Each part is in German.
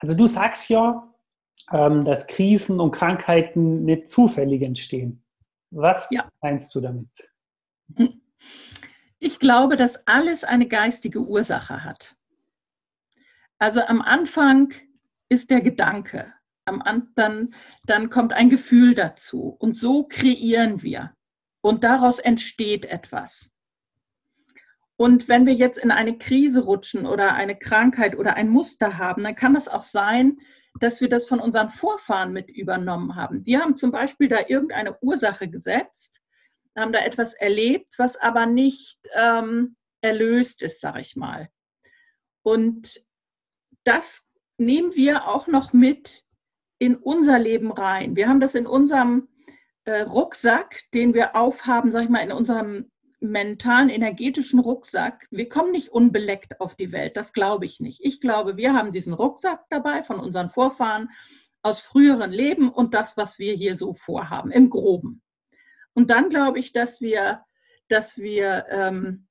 Also du sagst ja, dass Krisen und Krankheiten nicht zufällig entstehen. Was Ja, meinst du damit? ich glaube, dass alles eine geistige Ursache hat. Also am Anfang ist der Gedanke, dann kommt ein Gefühl dazu und so kreieren wir und daraus entsteht etwas. Und wenn wir jetzt in eine Krise rutschen oder eine Krankheit oder ein Muster haben, dann kann es auch sein, dass wir das von unseren Vorfahren mit übernommen haben. Die haben zum Beispiel da irgendeine Ursache gesetzt, haben da etwas erlebt, was aber nicht erlöst ist, sage ich mal. Und das nehmen wir auch noch mit in unser Leben rein. Wir haben das in unserem Rucksack, den wir aufhaben, sag ich mal, in unserem mentalen, energetischen Rucksack. Wir kommen nicht unbeleckt auf die Welt, das glaube ich nicht. Ich glaube, wir haben diesen Rucksack dabei von unseren Vorfahren aus früheren Leben und das, was wir hier so vorhaben, im Groben. Und dann glaube ich, dass wir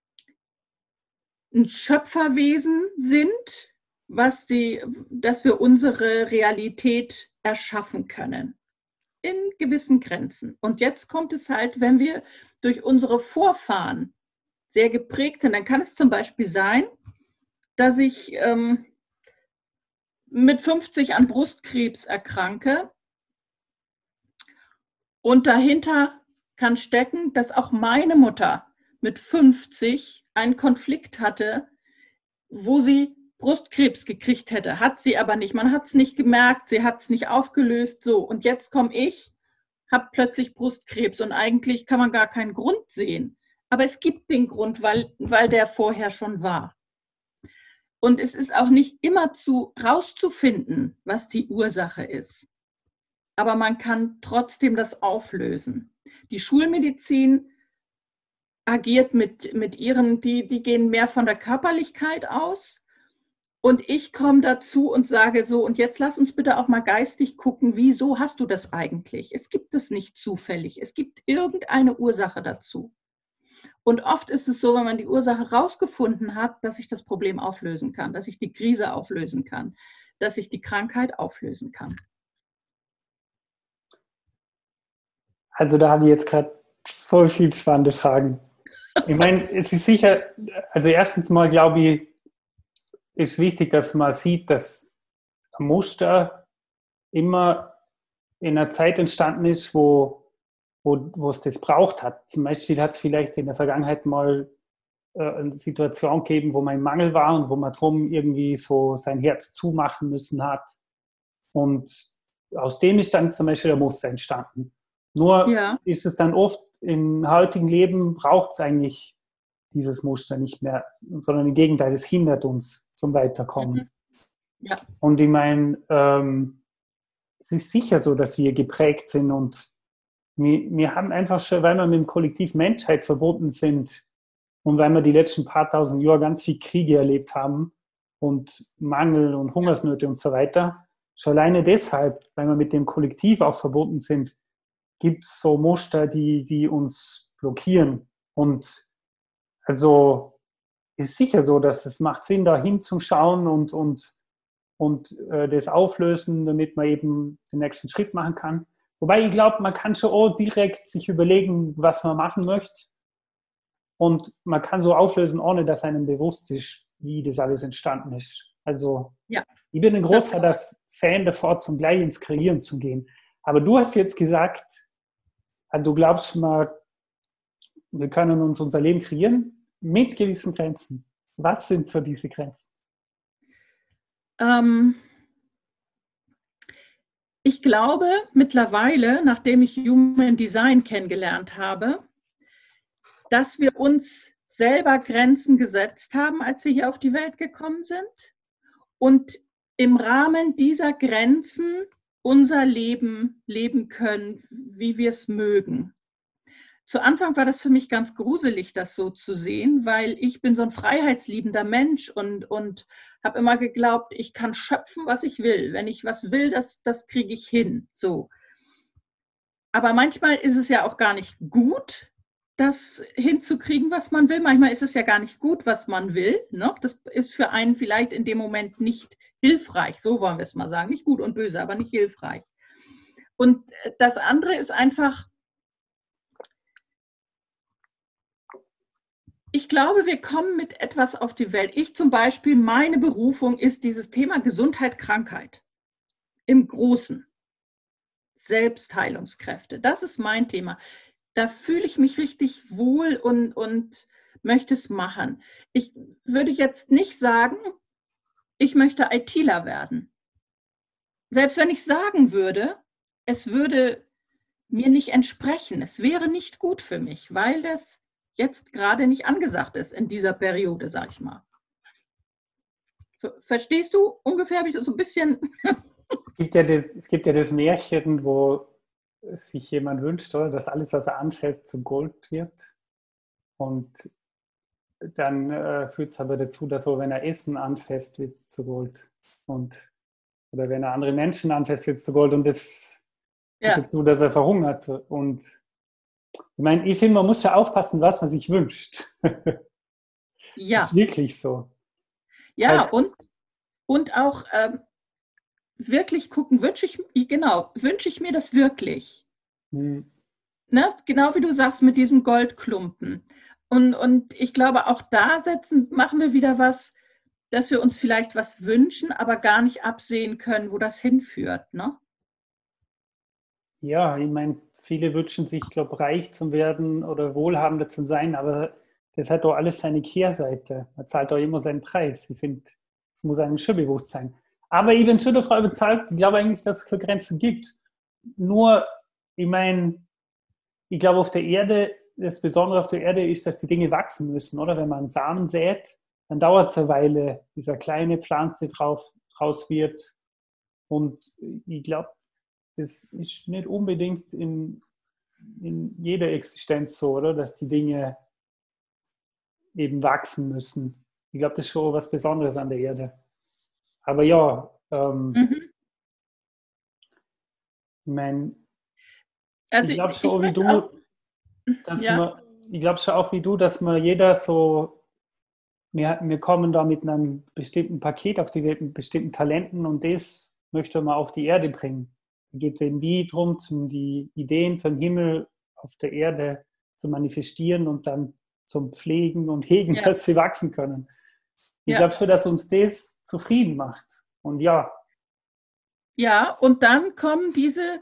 ein Schöpferwesen sind, dass wir unsere Realität erschaffen können in gewissen Grenzen. Und jetzt kommt es halt, wenn wir durch unsere Vorfahren sehr geprägt sind, dann kann es zum Beispiel sein, dass ich mit 50 an Brustkrebs erkranke und dahinter kann stecken, dass auch meine Mutter mit 50 einen Konflikt hatte, wo sie Brustkrebs gekriegt hätte. Hat sie aber nicht. Man hat es nicht gemerkt, sie hat es nicht aufgelöst. So, und jetzt komme ich, habe plötzlich Brustkrebs und eigentlich kann man gar keinen Grund sehen. Aber es gibt den Grund, weil der vorher schon war. Und es ist auch nicht immer rauszufinden, was die Ursache ist. Aber man kann trotzdem das auflösen. Die Schulmedizin agiert mit ihren, die gehen mehr von der Körperlichkeit aus. Und ich komme dazu und sage so, und jetzt lass uns bitte auch mal geistig gucken, wieso hast du das eigentlich? Es gibt es nicht zufällig. Es gibt irgendeine Ursache dazu. Und oft ist es so, wenn man die Ursache rausgefunden hat, dass ich das Problem auflösen kann, dass ich die Krise auflösen kann, dass ich die Krankheit auflösen kann. Also da habe ich jetzt gerade voll viel spannende Fragen. Ich meine, es ist sicher, also erstens mal glaube ich, ist wichtig, dass man sieht, dass ein Muster immer in einer Zeit entstanden ist, wo es das braucht hat. Zum Beispiel hat es vielleicht in der Vergangenheit mal eine Situation gegeben, wo man im Mangel war und wo man drum irgendwie so sein Herz zumachen müssen hat. Und aus dem ist dann zum Beispiel der Muster entstanden. Nur Ja. ist es dann oft im heutigen Leben, braucht es eigentlich dieses Muster nicht mehr, sondern im Gegenteil, es hindert uns zum Weiterkommen. Ja. Und ich meine, es ist sicher so, dass wir geprägt sind und wir haben einfach schon, weil wir mit dem Kollektiv Menschheit verbunden sind und weil wir die letzten paar tausend Jahre ganz viel Kriege erlebt haben und Mangel und Hungersnöte und so weiter, schon alleine deshalb, weil wir mit dem Kollektiv auch verbunden sind, gibt es so Muster, die uns blockieren. Und also ist sicher so, dass es macht Sinn, da hinzuschauen und das auflösen, damit man eben den nächsten Schritt machen kann. Wobei ich glaube, man kann schon auch direkt sich überlegen, was man machen möchte. Und man kann so auflösen, ohne dass einem bewusst ist, wie das alles entstanden ist. Also Ja. ich bin ein großer Fan davor, zum gleich ins Kreieren zu gehen. Aber du hast jetzt gesagt, du glaubst mal, wir können uns unser Leben kreieren mit gewissen Grenzen. Was sind so diese Grenzen? Ich glaube mittlerweile, nachdem ich Human Design kennengelernt habe, dass wir uns selber Grenzen gesetzt haben, als wir hier auf die Welt gekommen sind und im Rahmen dieser Grenzen unser Leben leben können, wie wir es mögen. Zu Anfang war das für mich ganz gruselig, das so zu sehen, weil ich bin so ein freiheitsliebender Mensch und habe immer geglaubt, ich kann schöpfen, was ich will. Wenn ich was will, das kriege ich hin. So. Aber manchmal ist es ja auch gar nicht gut, das hinzukriegen, was man will. Manchmal ist es ja gar nicht gut, was man will. Ne? Das ist für einen vielleicht in dem Moment nicht hilfreich, so wollen wir es mal sagen. Nicht gut und böse, aber nicht hilfreich. Und das andere ist einfach, ich glaube, wir kommen mit etwas auf die Welt. Ich zum Beispiel, meine Berufung ist dieses Thema Gesundheit, Krankheit im Großen. Selbstheilungskräfte, das ist mein Thema. Da fühle ich mich richtig wohl und möchte es machen. Ich würde jetzt nicht sagen, ich möchte ITler werden. Selbst wenn ich sagen würde, es würde mir nicht entsprechen, es wäre nicht gut für mich, weil das jetzt gerade nicht angesagt ist in dieser Periode, sag ich mal. Verstehst du ungefähr, habe ich das so ein bisschen... Es gibt ja das Märchen, wo sich jemand wünscht, oder, dass alles, was er anfasst, zu Gold wird. Und dann führt es aber dazu, dass auch wenn er Essen anfasst, wird es zu Gold. Oder wenn er andere Menschen anfasst, wird es zu Gold. Und das führt dazu, dass er verhungert. Und ich meine, ich finde, man muss ja aufpassen, was man sich wünscht. Ja. Das ist wirklich so. Ja, und auch wirklich gucken, wünsche ich mir das wirklich? Ne? Genau wie du sagst, mit diesem Goldklumpen. Und ich glaube, auch da machen wir wieder was, dass wir uns vielleicht was wünschen, aber gar nicht absehen können, wo das hinführt. Ne? Ja, ich meine, viele wünschen sich, ich glaube, reich zu werden oder wohlhabender zu sein, aber das hat doch alles seine Kehrseite. Man zahlt doch immer seinen Preis. Ich finde, es muss einem schon bewusst sein. Aber ich bin schon davon überzeugt, ich glaube eigentlich, dass es keine Grenzen gibt. Nur, ich meine, ich glaube, auf der Erde, das Besondere auf der Erde ist, dass die Dinge wachsen müssen, oder? Wenn man einen Samen sät, dann dauert es eine Weile, bis eine kleine Pflanze draus wird. Und ich glaube, das ist nicht unbedingt in jeder Existenz so, oder? Dass die Dinge eben wachsen müssen. Ich glaube, das ist schon was Besonderes an der Erde. Aber ja, ich meine, also ich glaube schon, wie du, ich glaube schon auch wie du, dass man jeder so, wir kommen da mit einem bestimmten Paket auf die Welt, mit bestimmten Talenten und das möchte man auf die Erde bringen. Da geht es eben wie darum, die Ideen vom Himmel auf der Erde zu manifestieren und dann zum Pflegen und Hegen, dass sie wachsen können. Ich glaube schon, dass uns das zufrieden macht. Und ja. Ja, und dann kommen diese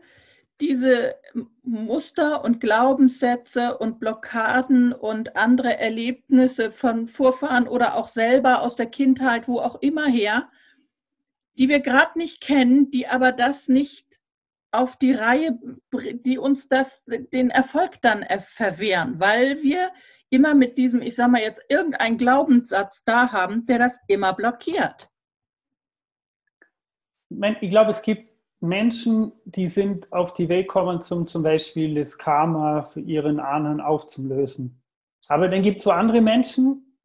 Muster und Glaubenssätze und Blockaden und andere Erlebnisse von Vorfahren oder auch selber aus der Kindheit, wo auch immer her, die wir gerade nicht kennen, die aber das nicht auf die Reihe, die uns den Erfolg dann verwehren, weil wir immer mit diesem, ich sage mal jetzt, irgendeinen Glaubenssatz da haben, der das immer blockiert. Ich glaube, es gibt Menschen, die sind auf die Welt gekommen, zum Beispiel das Karma für ihren Ahnen aufzulösen. Aber dann gibt es so andere Menschen,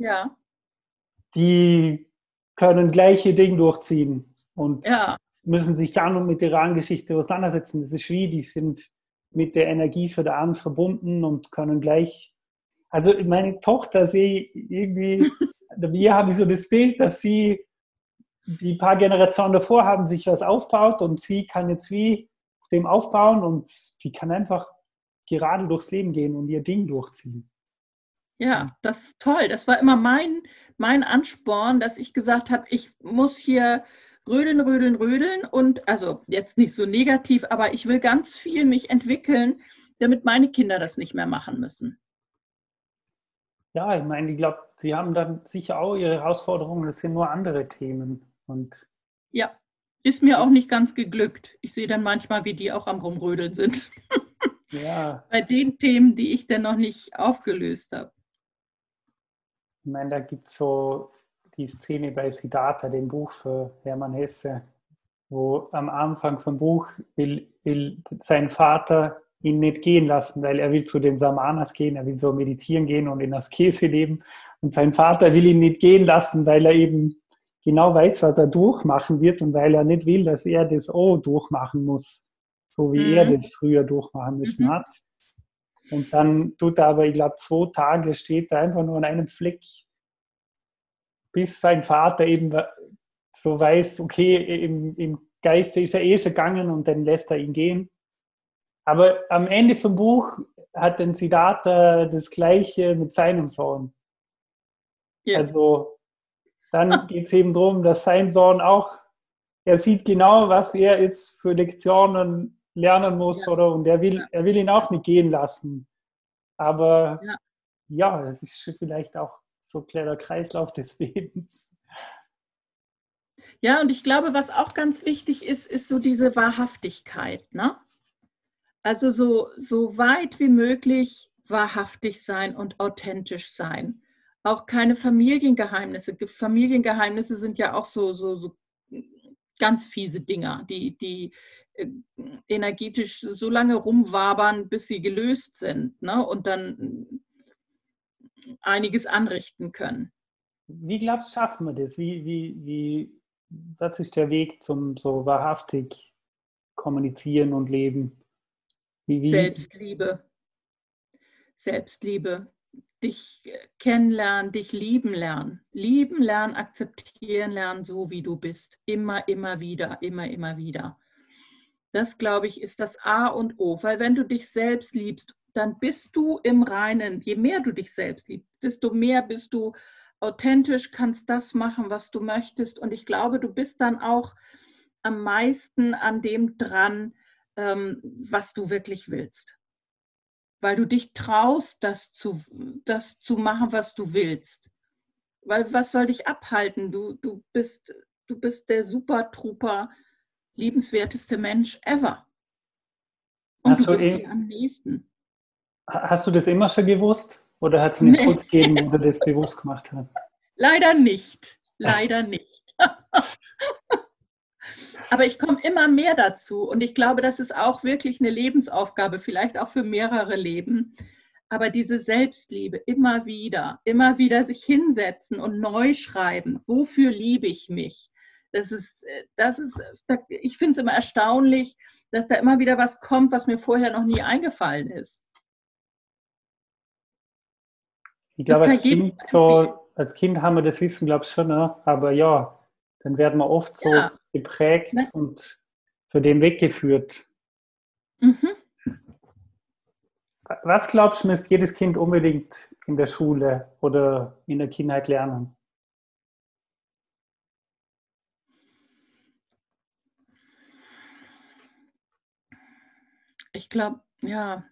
die können gleiche Dinge durchziehen und müssen sich gar nicht mit ihrer Geschichte auseinandersetzen. Das ist wie, die sind mit der Energie für den Ahnen verbunden und können gleich. Also meine Tochter sehe irgendwie, wir haben so das Bild, dass sie die paar Generationen davor haben sich was aufgebaut und sie kann jetzt wie auf dem aufbauen und die kann einfach gerade durchs Leben gehen und ihr Ding durchziehen. Ja, das ist toll. Das war immer mein Ansporn, dass ich gesagt habe, ich muss hier rödeln und, also jetzt nicht so negativ, aber ich will ganz viel mich entwickeln, damit meine Kinder das nicht mehr machen müssen. Ja, ich meine, ich glaube, sie haben dann sicher auch ihre Herausforderungen, das sind nur andere Themen. Und ja, ist mir auch nicht ganz geglückt. Ich sehe dann manchmal, wie die auch am Rumrödeln sind. Ja. Bei den Themen, die ich dann noch nicht aufgelöst habe. Ich meine, da gibt es so die Szene bei Siddhartha, dem Buch für Hermann Hesse, wo am Anfang vom Buch will sein Vater ihn nicht gehen lassen, weil er will zu den Samanas gehen, er will so meditieren gehen und in Askese leben. Und sein Vater will ihn nicht gehen lassen, weil er eben genau weiß, was er durchmachen wird und weil er nicht will, dass er das auch durchmachen muss, so wie er das früher durchmachen müssen hat. Und dann tut er aber, ich glaube, 2 Tage steht er einfach nur an einem Fleck, bis sein Vater eben so weiß, okay, im Geiste ist er eh schon gegangen und dann lässt er ihn gehen. Aber am Ende vom Buch hat dann Siddhartha das Gleiche mit seinem Sohn. Ja. Also dann geht es eben darum, dass sein Sohn auch, er sieht genau, was er jetzt für Lektionen lernen muss, Ja. oder? Und er will ihn auch nicht gehen lassen. Aber Ja. ja, es ist vielleicht auch so ein kleiner Kreislauf des Lebens. Ja, und ich glaube, was auch ganz wichtig ist, ist so diese Wahrhaftigkeit, ne? Also so weit wie möglich wahrhaftig sein und authentisch sein. Auch keine Familiengeheimnisse. Familiengeheimnisse sind ja auch so ganz fiese Dinger, die energetisch so lange rumwabern, bis sie gelöst sind, ne? Und dann einiges anrichten können. Wie glaubst du, schaffen wir das? Was ist der Weg zum so wahrhaftig kommunizieren und leben? Selbstliebe. Selbstliebe. Dich kennenlernen, dich lieben lernen. Lieben lernen, akzeptieren lernen, so wie du bist. Immer, immer wieder, immer wieder. Das, glaube ich, ist das A und O. Weil wenn du dich selbst liebst, dann bist du im Reinen. Je mehr du dich selbst liebst, desto mehr bist du authentisch, kannst das machen, was du möchtest. Und ich glaube, du bist dann auch am meisten an dem dran, was du wirklich willst. Weil du dich traust, das zu machen, was du willst. Weil was soll dich abhalten? Du bist der Super-Truper, liebenswerteste Mensch ever. Und du bist dir am nächsten. Hast du das immer schon gewusst? Oder hat es einen Impuls gegeben, wo du das bewusst gemacht hast? Leider nicht. Leider nicht. Aber ich komme immer mehr dazu. Und ich glaube, das ist auch wirklich eine Lebensaufgabe, vielleicht auch für mehrere Leben. Aber diese Selbstliebe, immer wieder sich hinsetzen und neu schreiben. Wofür liebe ich mich? Ich finde es immer erstaunlich, dass da immer wieder was kommt, was mir vorher noch nie eingefallen ist. Ich glaube, als Kind haben wir das Wissen, glaube ich, schon, ne? Aber ja, dann werden wir oft so geprägt und für den weggeführt. Mhm. Was glaubst du, müsste jedes Kind unbedingt in der Schule oder in der Kindheit lernen? Ich glaube, ja.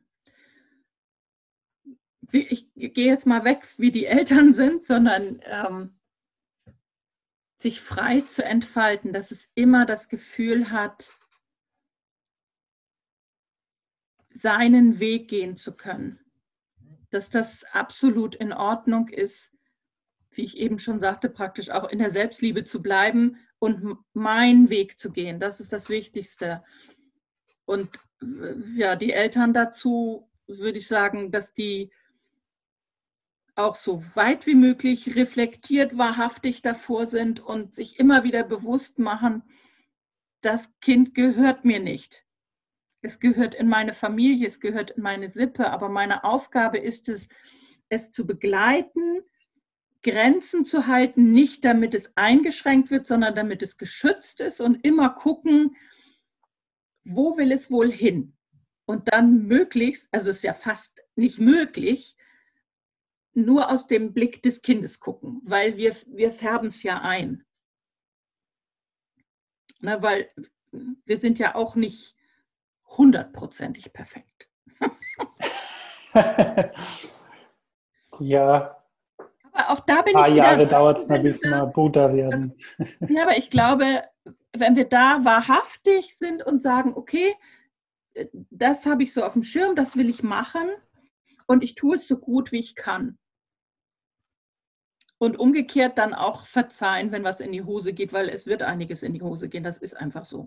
Ich gehe jetzt mal weg, wie die Eltern sind, sondern sich frei zu entfalten, dass es immer das Gefühl hat, seinen Weg gehen zu können. Dass das absolut in Ordnung ist, wie ich eben schon sagte, praktisch auch in der Selbstliebe zu bleiben und meinen Weg zu gehen. Das ist das Wichtigste. Und ja, die Eltern dazu würde ich sagen, dass die auch so weit wie möglich reflektiert, wahrhaftig davor sind und sich immer wieder bewusst machen, das Kind gehört mir nicht. Es gehört in meine Familie, es gehört in meine Sippe, aber meine Aufgabe ist es, es zu begleiten, Grenzen zu halten, nicht damit es eingeschränkt wird, sondern damit es geschützt ist und immer gucken, wo will es wohl hin? Und dann möglichst, also es ist ja fast nicht möglich, nur aus dem Blick des Kindes gucken, weil wir färben es ja ein. Na, weil wir sind ja auch nicht 100%ig perfekt. Ja. Aber auch da bin ein paar ich wieder. Jahre dauert es noch, bis wir Buddha werden. Ja, aber ich glaube, wenn wir da wahrhaftig sind und sagen, okay, das habe ich so auf dem Schirm, das will ich machen und ich tue es so gut, wie ich kann. Und umgekehrt dann auch verzeihen, wenn was in die Hose geht, weil es wird einiges in die Hose gehen. Das ist einfach so.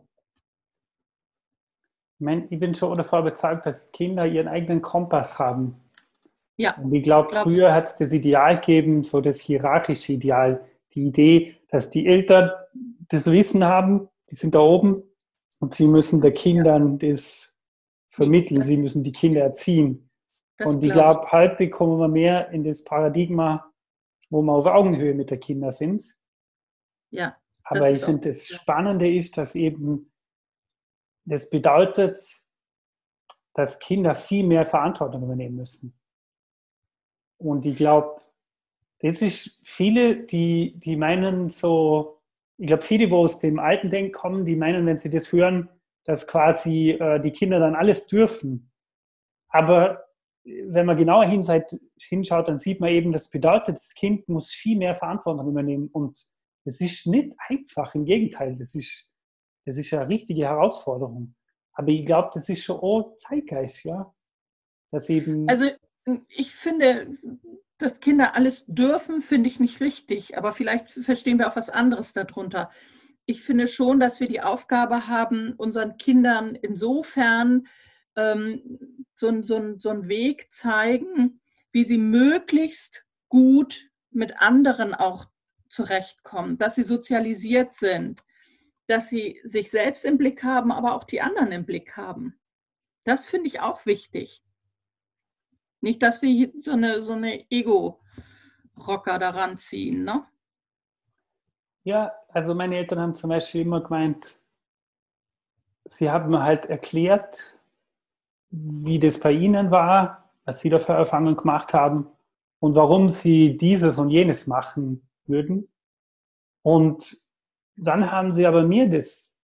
Ich bin schon davon überzeugt, dass Kinder ihren eigenen Kompass haben. Ja. Und ich glaube, früher hat es das Ideal gegeben, so das hierarchische Ideal, die Idee, dass die Eltern das Wissen haben, die sind da oben und sie müssen den Kindern das vermitteln, sie müssen die Kinder erziehen. Und ich glaube, heute kommen wir mehr in das Paradigma, wo wir auf Augenhöhe mit den Kindern sind. Ja. Aber ich ist auch finde, das Spannende ist, dass eben das bedeutet, dass Kinder viel mehr Verantwortung übernehmen müssen. Und ich glaube, das ist viele, die meinen so, ich glaube, viele, wo aus dem alten Denken kommen, die meinen, wenn sie das hören, dass quasi die Kinder dann alles dürfen. Aber wenn man genauer hinschaut, dann sieht man eben, das bedeutet, das Kind muss viel mehr Verantwortung übernehmen. Und es ist nicht einfach, im Gegenteil, das ist eine richtige Herausforderung. Aber ich glaube, das ist schon auch Zeitgeist, ja. Dass eben. Also ich finde, dass Kinder alles dürfen, finde ich nicht richtig, aber vielleicht verstehen wir auch was anderes darunter. Ich finde schon, dass wir die Aufgabe haben, unseren Kindern insofern so einen Weg zeigen, wie sie möglichst gut mit anderen auch zurechtkommen, dass sie sozialisiert sind, dass sie sich selbst im Blick haben, aber auch die anderen im Blick haben. Das finde ich auch wichtig. Nicht, dass wir hier so eine Ego-Rocker daran ziehen, ne? Ja, also meine Eltern haben zum Beispiel immer gemeint, sie haben mir halt erklärt, wie das bei ihnen war, was sie da für Erfahrungen gemacht haben und warum sie dieses und jenes machen würden. Und dann haben sie aber mir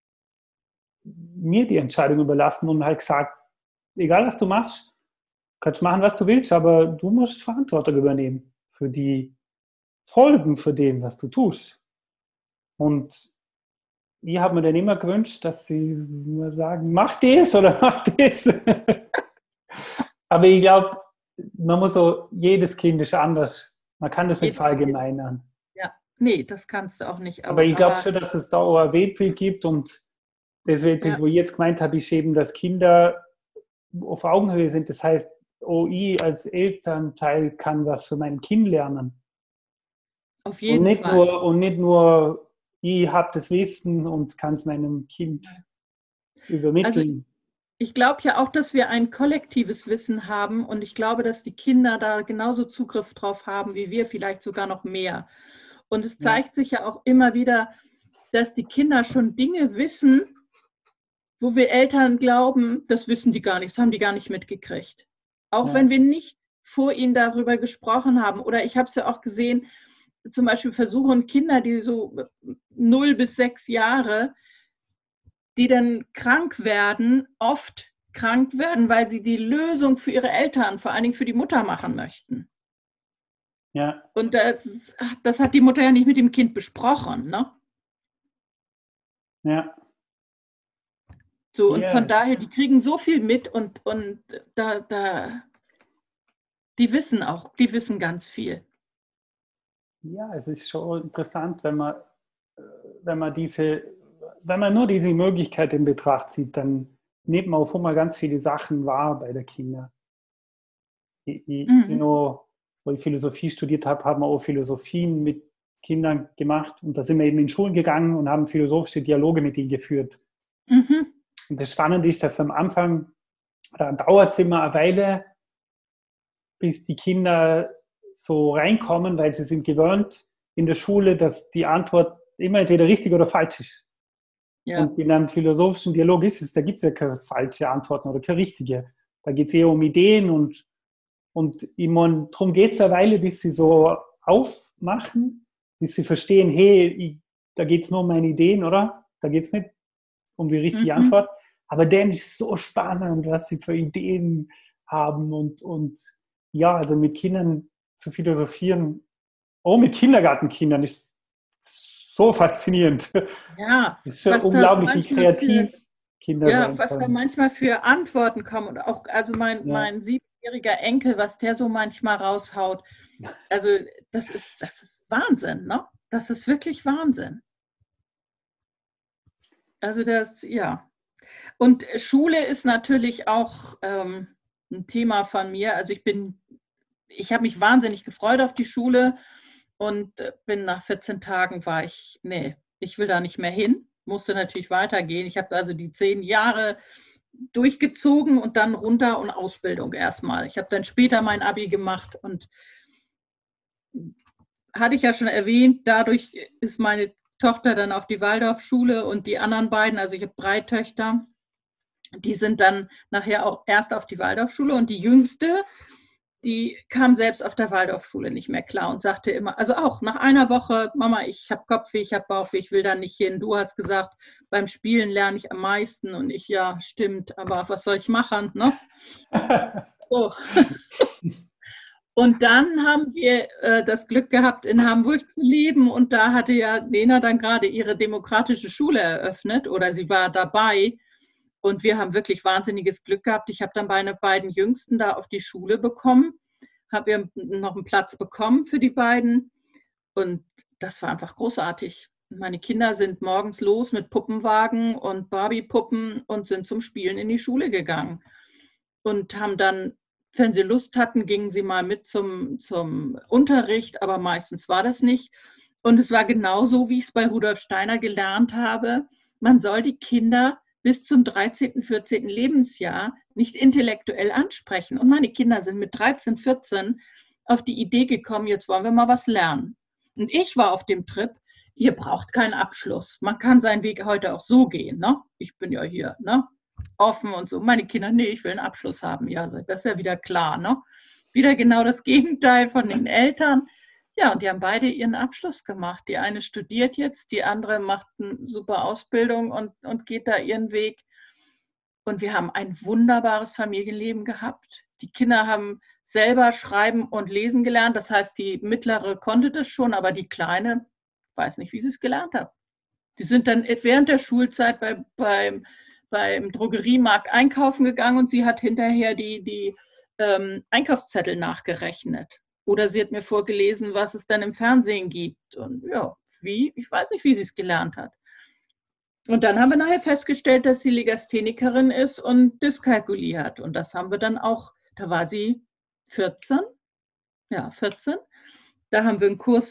die Entscheidung überlassen und halt gesagt, egal was du machst, kannst machen, was du willst, aber du musst Verantwortung übernehmen für die Folgen für dem, was du tust. Und ich habe mir dann immer gewünscht, dass sie mir sagen, mach das oder mach das. Aber ich glaube, man muss so, jedes Kind ist anders. Man kann das nicht verallgemeinern. Ja, nee, das kannst du auch nicht. Aber ich glaube schon, dass es da auch ein Weltbild gibt und das Weltbild, ja, wo ich jetzt gemeint habe, ist eben, dass Kinder auf Augenhöhe sind. Das heißt, ich als Elternteil kann was für mein Kind lernen. auf jeden Fall. Und nicht nur, ich habe das Wissen und kann es meinem Kind übermitteln. Also ich glaube ja auch, dass wir ein kollektives Wissen haben und ich glaube, dass die Kinder da genauso Zugriff drauf haben wie wir, vielleicht sogar noch mehr. Und es zeigt sich ja auch immer wieder, dass die Kinder schon Dinge wissen, wo wir Eltern glauben, das wissen die gar nicht, das haben die gar nicht mitgekriegt. Auch wenn wir nicht vor ihnen darüber gesprochen haben. Oder ich habe es ja auch gesehen, zum Beispiel versuchen Kinder, die so 0 bis 6 Jahre, die dann krank werden, oft krank werden, weil sie die Lösung für ihre Eltern, vor allen Dingen für die Mutter machen möchten. Ja. Und das hat die Mutter ja nicht mit dem Kind besprochen, ne? Ja. So, und von daher, die kriegen so viel mit und die wissen ganz viel. Ja, es ist schon interessant, wenn man nur diese Möglichkeit in Betracht zieht, dann nimmt man auf einmal ganz viele Sachen wahr bei den Kindern. Wo ich Philosophie studiert habe, haben wir auch Philosophien mit Kindern gemacht und da sind wir eben in Schulen gegangen und haben philosophische Dialoge mit ihnen geführt. Mhm. Und das Spannende ist, dass am Anfang, da dauert es immer eine Weile, bis die Kinder so reinkommen, weil sie sind gewöhnt in der Schule, dass die Antwort immer entweder richtig oder falsch ist. Ja. Und in einem philosophischen Dialog da gibt es ja keine falsche Antworten oder keine richtige. Da geht es eher um Ideen und ich meine, darum geht es eine Weile, bis sie so aufmachen, bis sie verstehen, hey, da geht es nur um meine Ideen, oder? Da geht es nicht um die richtige Antwort. Aber dann ist es so spannend, was sie für Ideen haben und ja, also mit Kindern zu philosophieren, auch mit Kindergartenkindern ist so faszinierend. Ja, ist schon unglaublich, wie kreativ Kinder sein können. Was da manchmal für Antworten kommen und auch, also mein 7-jähriger Enkel, was der so manchmal raushaut, also das ist Wahnsinn, ne? Das ist wirklich Wahnsinn. Also ja. Und Schule ist natürlich auch ein Thema von mir. Also ich habe mich wahnsinnig gefreut auf die Schule und bin nach 14 Tagen ich will da nicht mehr hin, musste natürlich weitergehen. Ich habe also die 10 Jahre durchgezogen und dann runter und Ausbildung erstmal. Ich habe dann später mein Abi gemacht und hatte ich ja schon erwähnt, dadurch ist meine Tochter dann auf die Waldorfschule und die anderen beiden, also ich habe 3 Töchter, die sind dann nachher auch erst auf die Waldorfschule und die Jüngste, die kam selbst auf der Waldorfschule nicht mehr klar und sagte immer, also auch nach einer Woche, Mama, ich habe Kopfweh, ich habe Bauchweh, ich will da nicht hin. Du hast gesagt, beim Spielen lerne ich am meisten und ich, ja, stimmt, aber was soll ich machen, ne? So. Und dann haben wir das Glück gehabt, in Hamburg zu leben und da hatte ja Lena dann gerade ihre demokratische Schule eröffnet oder sie war dabei. Und wir haben wirklich wahnsinniges Glück gehabt. Ich habe dann meine beiden Jüngsten da auf die Schule bekommen, habe wir noch einen Platz bekommen für die beiden. Und das war einfach großartig. Meine Kinder sind morgens los mit Puppenwagen und Barbie-Puppen und sind zum Spielen in die Schule gegangen. Und haben dann, wenn sie Lust hatten, gingen sie mal mit zum Unterricht, aber meistens war das nicht. Und es war genauso, wie ich es bei Rudolf Steiner gelernt habe. Man soll die Kinder bis zum 13., 14. Lebensjahr nicht intellektuell ansprechen. Und meine Kinder sind mit 13, 14 auf die Idee gekommen, jetzt wollen wir mal was lernen. Und ich war auf dem Trip, ihr braucht keinen Abschluss. Man kann seinen Weg heute auch so gehen. Ne? Ich bin ja hier offen und so. Meine Kinder, nee, ich will einen Abschluss haben. Ja, das ist ja wieder klar. Ne? Wieder genau das Gegenteil von den Eltern. Ja, und die haben beide ihren Abschluss gemacht. Die eine studiert jetzt, die andere macht eine super Ausbildung und geht da ihren Weg. Und wir haben ein wunderbares Familienleben gehabt. Die Kinder haben selber schreiben und lesen gelernt. Das heißt, die mittlere konnte das schon, aber die kleine weiß nicht, wie sie es gelernt hat. Die sind dann während der Schulzeit beim Drogeriemarkt einkaufen gegangen und sie hat hinterher die Einkaufszettel nachgerechnet. Oder sie hat mir vorgelesen, was es dann im Fernsehen gibt. Und ja, ich weiß nicht, wie sie es gelernt hat. Und dann haben wir nachher festgestellt, dass sie Legasthenikerin ist und Dyskalkulie hat. Und das haben wir dann auch, da war sie 14. Ja, 14. Da haben wir einen Kurs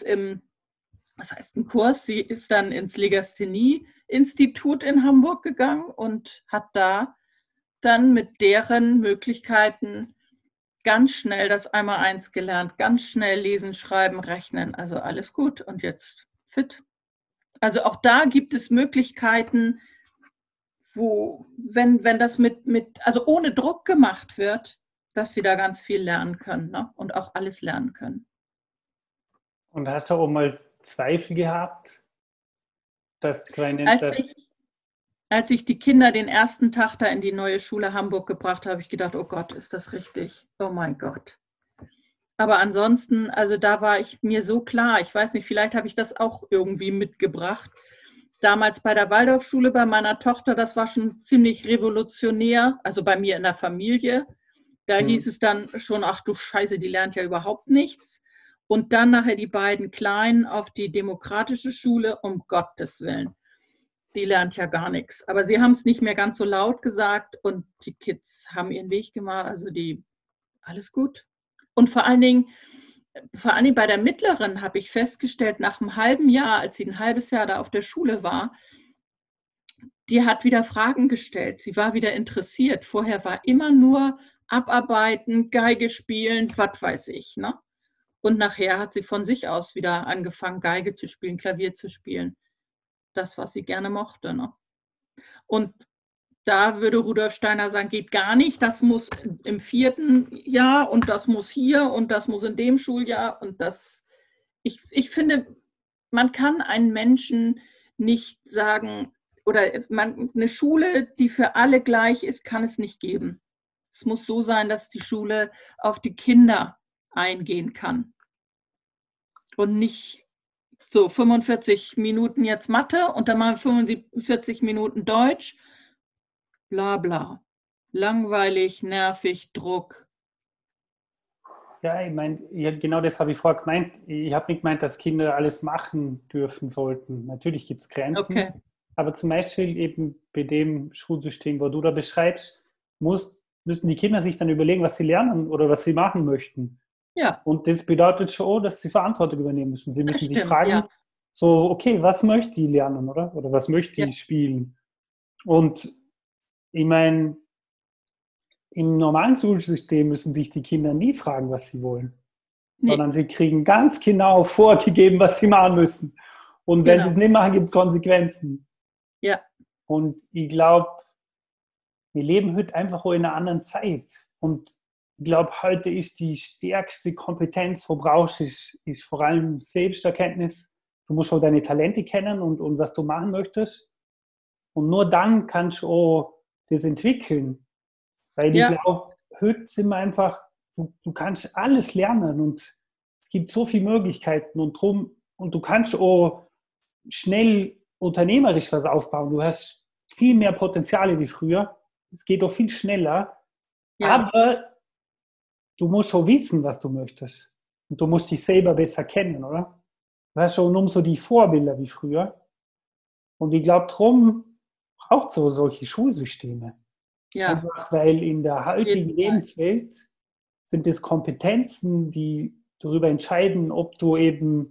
was heißt ein Kurs? Sie ist dann ins Legasthenie-Institut in Hamburg gegangen und hat da dann mit deren Möglichkeiten ganz schnell das Einmaleins gelernt, ganz schnell lesen, schreiben, rechnen, also alles gut und jetzt fit. Also auch da gibt es Möglichkeiten, wo, wenn das also ohne Druck gemacht wird, dass sie da ganz viel lernen können, ne? Und auch alles lernen können. Und hast du auch mal Zweifel gehabt, dass als ich die Kinder den ersten Tag da in die neue Schule Hamburg gebracht habe, habe ich gedacht, oh Gott, ist das richtig? Oh mein Gott. Aber ansonsten, also da war ich mir so klar, ich weiß nicht, vielleicht habe ich das auch irgendwie mitgebracht. Damals bei der Waldorfschule bei meiner Tochter, das war schon ziemlich revolutionär, also bei mir in der Familie. Da hieß es dann schon, ach du Scheiße, die lernt ja überhaupt nichts. Und dann nachher die beiden Kleinen auf die demokratische Schule, um Gottes Willen. Die lernt ja gar nichts. Aber sie haben es nicht mehr ganz so laut gesagt und die Kids haben ihren Weg gemacht, also alles gut. Und vor allen Dingen bei der Mittleren habe ich festgestellt, nach einem halben Jahr, als sie ein halbes Jahr da auf der Schule war, die hat wieder Fragen gestellt. Sie war wieder interessiert. Vorher war immer nur Abarbeiten, Geige spielen, was weiß ich, ne? Und nachher hat sie von sich aus wieder angefangen, Geige zu spielen, Klavier zu spielen. Das, was sie gerne mochte. Ne? Und da würde Rudolf Steiner sagen, geht gar nicht. Das muss im 4. Jahr und das muss hier und das muss in dem Schuljahr. Und das, ich finde, man kann einen Menschen nicht sagen, oder eine Schule, die für alle gleich ist, kann es nicht geben. Es muss so sein, dass die Schule auf die Kinder eingehen kann. Und nicht so 45 Minuten jetzt Mathe und dann mal 45 Minuten Deutsch. Bla bla. Langweilig, nervig, Druck. Ja, ich meine, genau das habe ich vorher gemeint. Ich habe nicht gemeint, dass Kinder alles machen dürfen sollten. Natürlich gibt es Grenzen. Okay. Aber zum Beispiel eben bei dem Schulsystem, wo du da beschreibst, müssen die Kinder sich dann überlegen, was sie lernen oder was sie machen möchten. Ja. Und das bedeutet schon, dass sie Verantwortung übernehmen müssen. Sie müssen sich fragen, ja. so, okay, was möchte ich lernen, oder? Oder was möchte ich spielen? Und ich meine, im normalen Schulsystem müssen sich die Kinder nie fragen, was sie wollen. Nee. Sondern sie kriegen ganz genau vorgegeben, was sie machen müssen. Und wenn sie genau. es nicht machen, gibt es Konsequenzen. Ja, Und ich glaube, wir leben heute einfach auch in einer anderen Zeit. Und ich glaube, heute ist die stärkste Kompetenz, wo du brauchst, ist vor allem Selbsterkenntnis. Du musst auch deine Talente kennen und was du machen möchtest. Und nur dann kannst du auch das entwickeln. Weil ich ja, glaube, heute sind wir einfach, du kannst alles lernen und es gibt so viele Möglichkeiten und du kannst auch schnell unternehmerisch was aufbauen. Du hast viel mehr Potenziale wie früher. Es geht auch viel schneller. ja, Aber du musst schon wissen, was du möchtest. Und du musst dich selber besser kennen, oder? Du hast schon umso die Vorbilder wie früher. Und ich glaube, darum braucht es so solche Schulsysteme. ja, Einfach weil in der auf jeden heutigen Fall. Lebenswelt sind es Kompetenzen, die darüber entscheiden, ob du eben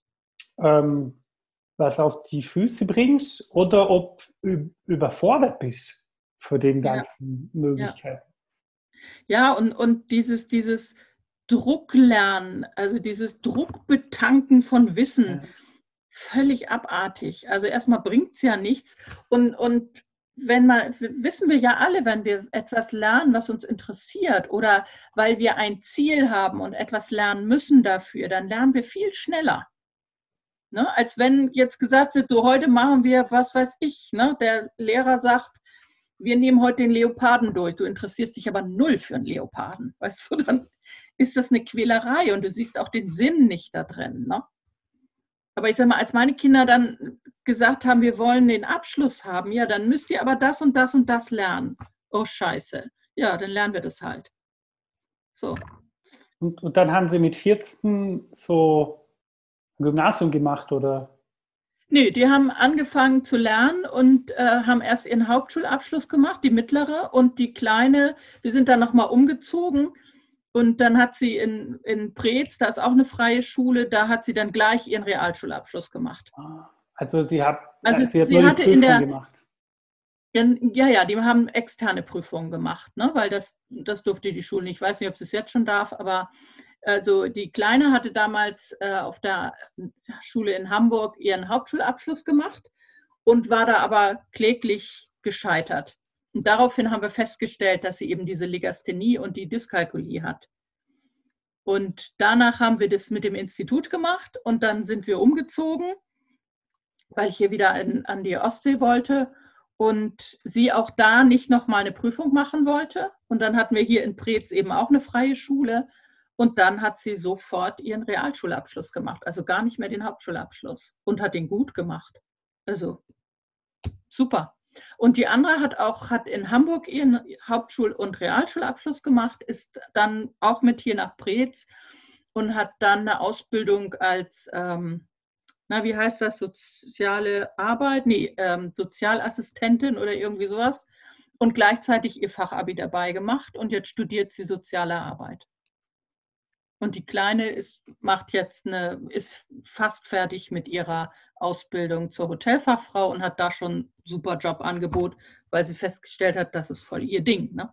ähm, was auf die Füße bringst oder ob du überfordert bist für den Ja, ganzen ja. Möglichkeiten. Ja, und dieses Drucklernen, also dieses Druckbetanken von Wissen, Ja. völlig abartig. Also erstmal bringt es ja nichts. Und wenn man, wissen wir ja alle, wenn wir etwas lernen, was uns interessiert oder weil wir ein Ziel haben und etwas lernen müssen dafür, dann lernen wir viel schneller. Ne? Als wenn jetzt gesagt wird, so heute machen wir, was weiß ich, ne? Der Lehrer sagt, wir nehmen heute den Leoparden durch. Du interessierst dich aber null für einen Leoparden. Weißt du, dann ist das eine Quälerei und du siehst auch den Sinn nicht da drin. Ne? Aber ich sage mal, als meine Kinder dann gesagt haben, wir wollen den Abschluss haben, ja, dann müsst ihr aber das und das und das lernen. Oh, scheiße. Ja, dann lernen wir das halt. So. Und dann haben sie mit 14 so ein Gymnasium gemacht, oder? Nee, die haben angefangen zu lernen und haben erst ihren Hauptschulabschluss gemacht, die mittlere, und die kleine, wir sind dann nochmal umgezogen und dann hat sie in Preetz, da ist auch eine freie Schule, da hat sie dann gleich ihren Realschulabschluss gemacht. Also Also sie hat nur sie die hatte in Prüfung der, gemacht. ja, ja, die haben externe Prüfungen gemacht, ne, weil das durfte die Schule nicht. Ich weiß nicht, ob sie es jetzt schon darf, aber also die Kleine hatte damals auf der Schule in Hamburg ihren Hauptschulabschluss gemacht und war da aber kläglich gescheitert. Und daraufhin haben wir festgestellt, dass sie eben diese Legasthenie und die Dyskalkulie hat. Und danach haben wir das mit dem Institut gemacht und dann sind wir umgezogen, weil ich hier wieder an die Ostsee wollte und sie auch da nicht nochmal eine Prüfung machen wollte. Und dann hatten wir hier in Preetz eben auch eine freie Schule. Und dann hat sie sofort ihren Realschulabschluss gemacht, also gar nicht mehr den Hauptschulabschluss und hat den gut gemacht. Also super. Und die andere hat in Hamburg ihren Hauptschul- und Realschulabschluss gemacht, ist dann auch mit hier nach Preetz und hat dann eine Ausbildung als na, wie heißt das, soziale Arbeit? Nee, Sozialassistentin oder irgendwie sowas. Und gleichzeitig ihr Fachabi dabei gemacht und jetzt studiert sie soziale Arbeit. Und die Kleine ist fast fertig mit ihrer Ausbildung zur Hotelfachfrau und hat da schon ein super Jobangebot, weil sie festgestellt hat, das ist voll ihr Ding. Ne?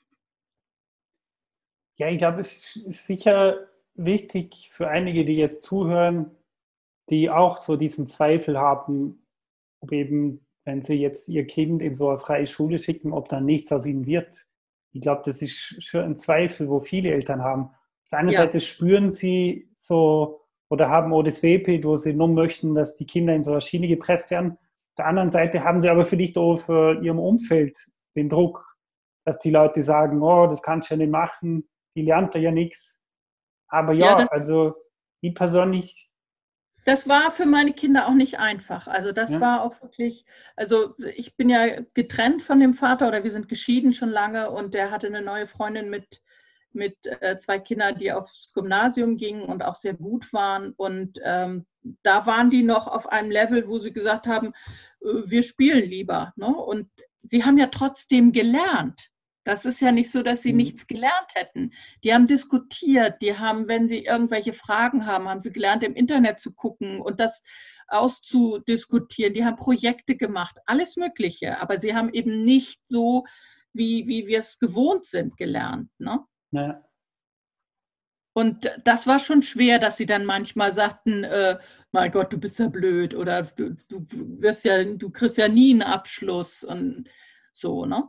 Ja, ich glaube, es ist sicher wichtig für einige, die jetzt zuhören, die auch so diesen Zweifel haben, ob eben, wenn sie jetzt ihr Kind in so eine freie Schule schicken, ob dann nichts aus ihnen wird. Ich glaube, das ist schon ein Zweifel, wo viele Eltern haben. Auf der einen Ja, Seite spüren sie so oder haben auch das Wehbild, wo sie nur möchten, dass die Kinder in so eine Schiene gepresst werden. Auf der anderen Seite haben sie aber vielleicht auch für ihrem Umfeld den Druck, dass die Leute sagen, oh, das kannst du ja nicht machen, die lernt ja nichts. Aber ja, ja, also ich persönlich, das war für meine Kinder auch nicht einfach. Also das ja, war auch wirklich, also ich bin ja getrennt von dem Vater oder wir sind geschieden schon lange und der hatte eine neue Freundin mit zwei Kindern, die aufs Gymnasium gingen und auch sehr gut waren. Und da waren die noch auf einem Level, wo sie gesagt haben, wir spielen lieber. Ne? Und sie haben ja trotzdem gelernt. Das ist ja nicht so, dass sie hm, nichts gelernt hätten. Die haben diskutiert, die haben, wenn sie irgendwelche Fragen haben, haben sie gelernt, im Internet zu gucken und das auszudiskutieren. Die haben Projekte gemacht, alles Mögliche. Aber sie haben eben nicht so, wie wir es gewohnt sind, gelernt. Ne? ja, Und das war schon schwer, dass sie dann manchmal sagten, mein Gott, du bist ja blöd oder du kriegst ja nie einen Abschluss und so, ne?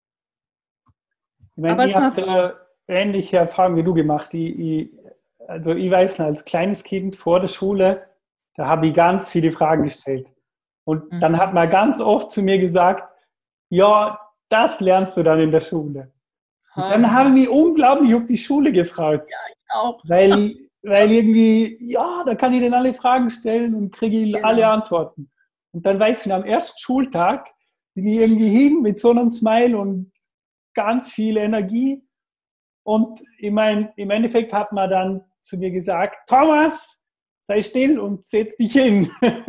Ich meine, Aber ich es war, habe da ähnliche Erfahrungen wie du gemacht. Also ich weiß noch, als kleines Kind vor der Schule, da habe ich ganz viele Fragen gestellt. Und dann hat mhm. man ganz oft zu mir gesagt, ja, das lernst du dann in der Schule. Und dann habe ich Haha, mich unglaublich auf die Schule gefragt, auch. weil irgendwie, ja, da kann ich dann alle Fragen stellen und kriege alle Genau. Antworten. Und dann weiß ich, am ersten Schultag bin ich irgendwie hin mit so einem Smile und ganz viel Energie. Und ich meine, im Endeffekt hat man dann zu mir gesagt, Thomas, sei still und setz dich hin.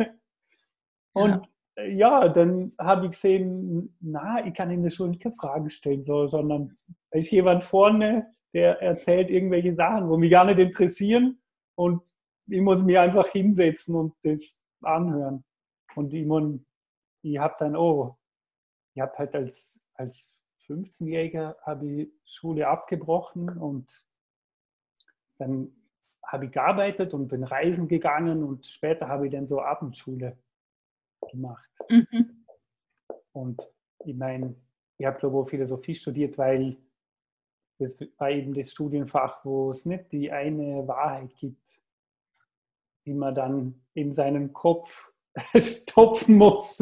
Ja, Und ja, dann habe ich gesehen, na, ich kann in der Schule keine Fragen stellen, sondern da ist jemand vorne, der erzählt irgendwelche Sachen, wo mich gar nicht interessieren. Und ich muss mich einfach hinsetzen und das anhören. Und ich habe dann, ich habe halt als 15-Jähriger habe ich Schule abgebrochen und dann habe ich gearbeitet und bin reisen gegangen und später habe ich dann so Abendschule gemacht. mhm. Und ich meine, ich habe glaube ich Philosophie studiert, weil das war eben das Studienfach, wo es nicht die eine Wahrheit gibt, die man dann in seinen Kopf stopfen muss.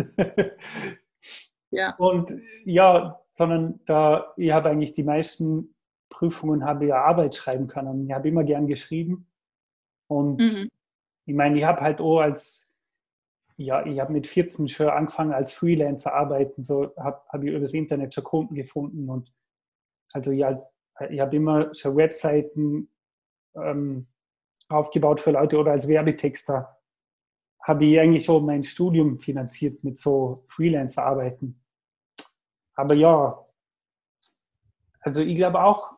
Ja. Und ja, sondern ich habe eigentlich die meisten Prüfungen habe ich ja Arbeit schreiben können. Ich habe immer gern geschrieben. Und Mhm. ich meine, ich habe halt auch ich habe mit 14 schon angefangen als Freelancer arbeiten. So habe ich übers Internet schon Kunden gefunden. Und also ja, ich habe immer schon Webseiten ähm, aufgebaut für Leute oder als Werbetexter habe ich eigentlich so mein Studium finanziert mit so Freelancer-Arbeiten. Aber ja, also ich glaube auch,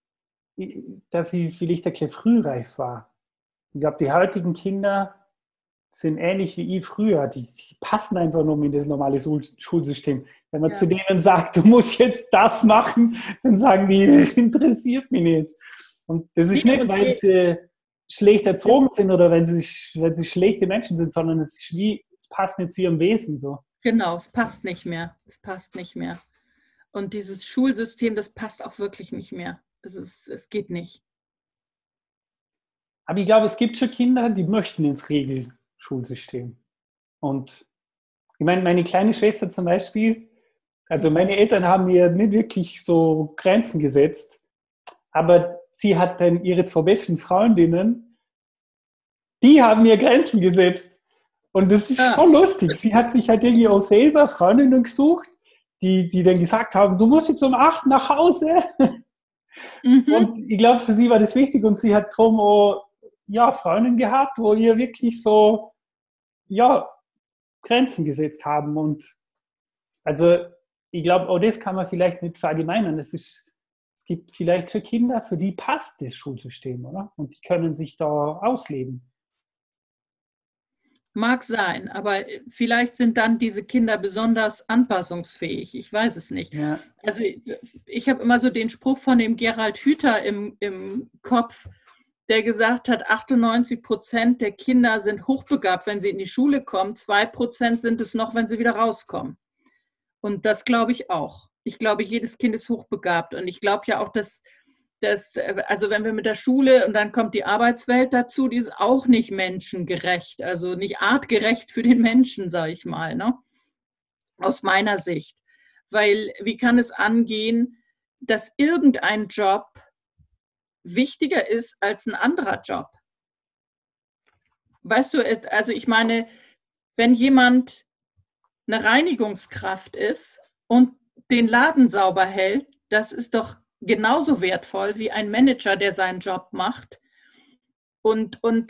dass ich vielleicht ein bisschen frühreif war. Ich glaube, die heutigen Kinder sind ähnlich wie ich früher. Die passen einfach nur in das normale Schulsystem. Wenn man zu Ja. denen sagt, du musst jetzt das machen, dann sagen die, das interessiert mich nicht. Und das ist Nee, nicht, weil sie schlecht erzogen sind oder wenn sie schlechte Menschen sind, sondern es ist wie, es passt nicht zu ihrem Wesen so. genau, es passt nicht mehr. Es passt nicht mehr. Und dieses Schulsystem, das passt auch wirklich nicht mehr. Es geht nicht. Aber ich glaube, es gibt schon Kinder, die möchten ins Regelschulsystem. Und ich meine, meine kleine Schwester zum Beispiel, also Mhm. meine Eltern haben mir nicht wirklich so Grenzen gesetzt, aber sie hat dann ihre zwei besten Freundinnen, die haben mir Grenzen gesetzt. Und das ist Ah, schon lustig. Sie hat sich halt irgendwie auch selber Freundinnen gesucht, die dann gesagt haben, du musst jetzt um 8 nach Hause. mhm. Und ich glaube, für sie war das wichtig und sie hat drum auch, ja, Freundinnen gehabt, wo ihr wirklich so, ja, Grenzen gesetzt haben. Und also ich glaube, auch das kann man vielleicht nicht verallgemeinern. Es gibt vielleicht schon Kinder, für die passt das Schulsystem, oder? Und die können sich da ausleben. Mag sein, aber vielleicht sind dann diese Kinder besonders anpassungsfähig. Ich weiß es nicht. Ja, Also ich habe immer so den Spruch von dem Gerald Hüther im Kopf, der gesagt hat, 98% der Kinder sind hochbegabt, wenn sie in die Schule kommen. 2% sind es noch, wenn sie wieder rauskommen. Und das glaube ich auch. Ich glaube, jedes Kind ist hochbegabt. Und ich glaube ja auch, also wenn wir mit der Schule und dann kommt die Arbeitswelt dazu, die ist auch nicht menschengerecht, also nicht artgerecht für den Menschen, sage ich mal, ne? Aus meiner Sicht. Weil wie kann es angehen, dass irgendein Job wichtiger ist als ein anderer Job? Weißt du, also ich meine, wenn jemand eine Reinigungskraft ist und den Laden sauber hält, das ist doch genauso wertvoll wie ein Manager, der seinen Job macht und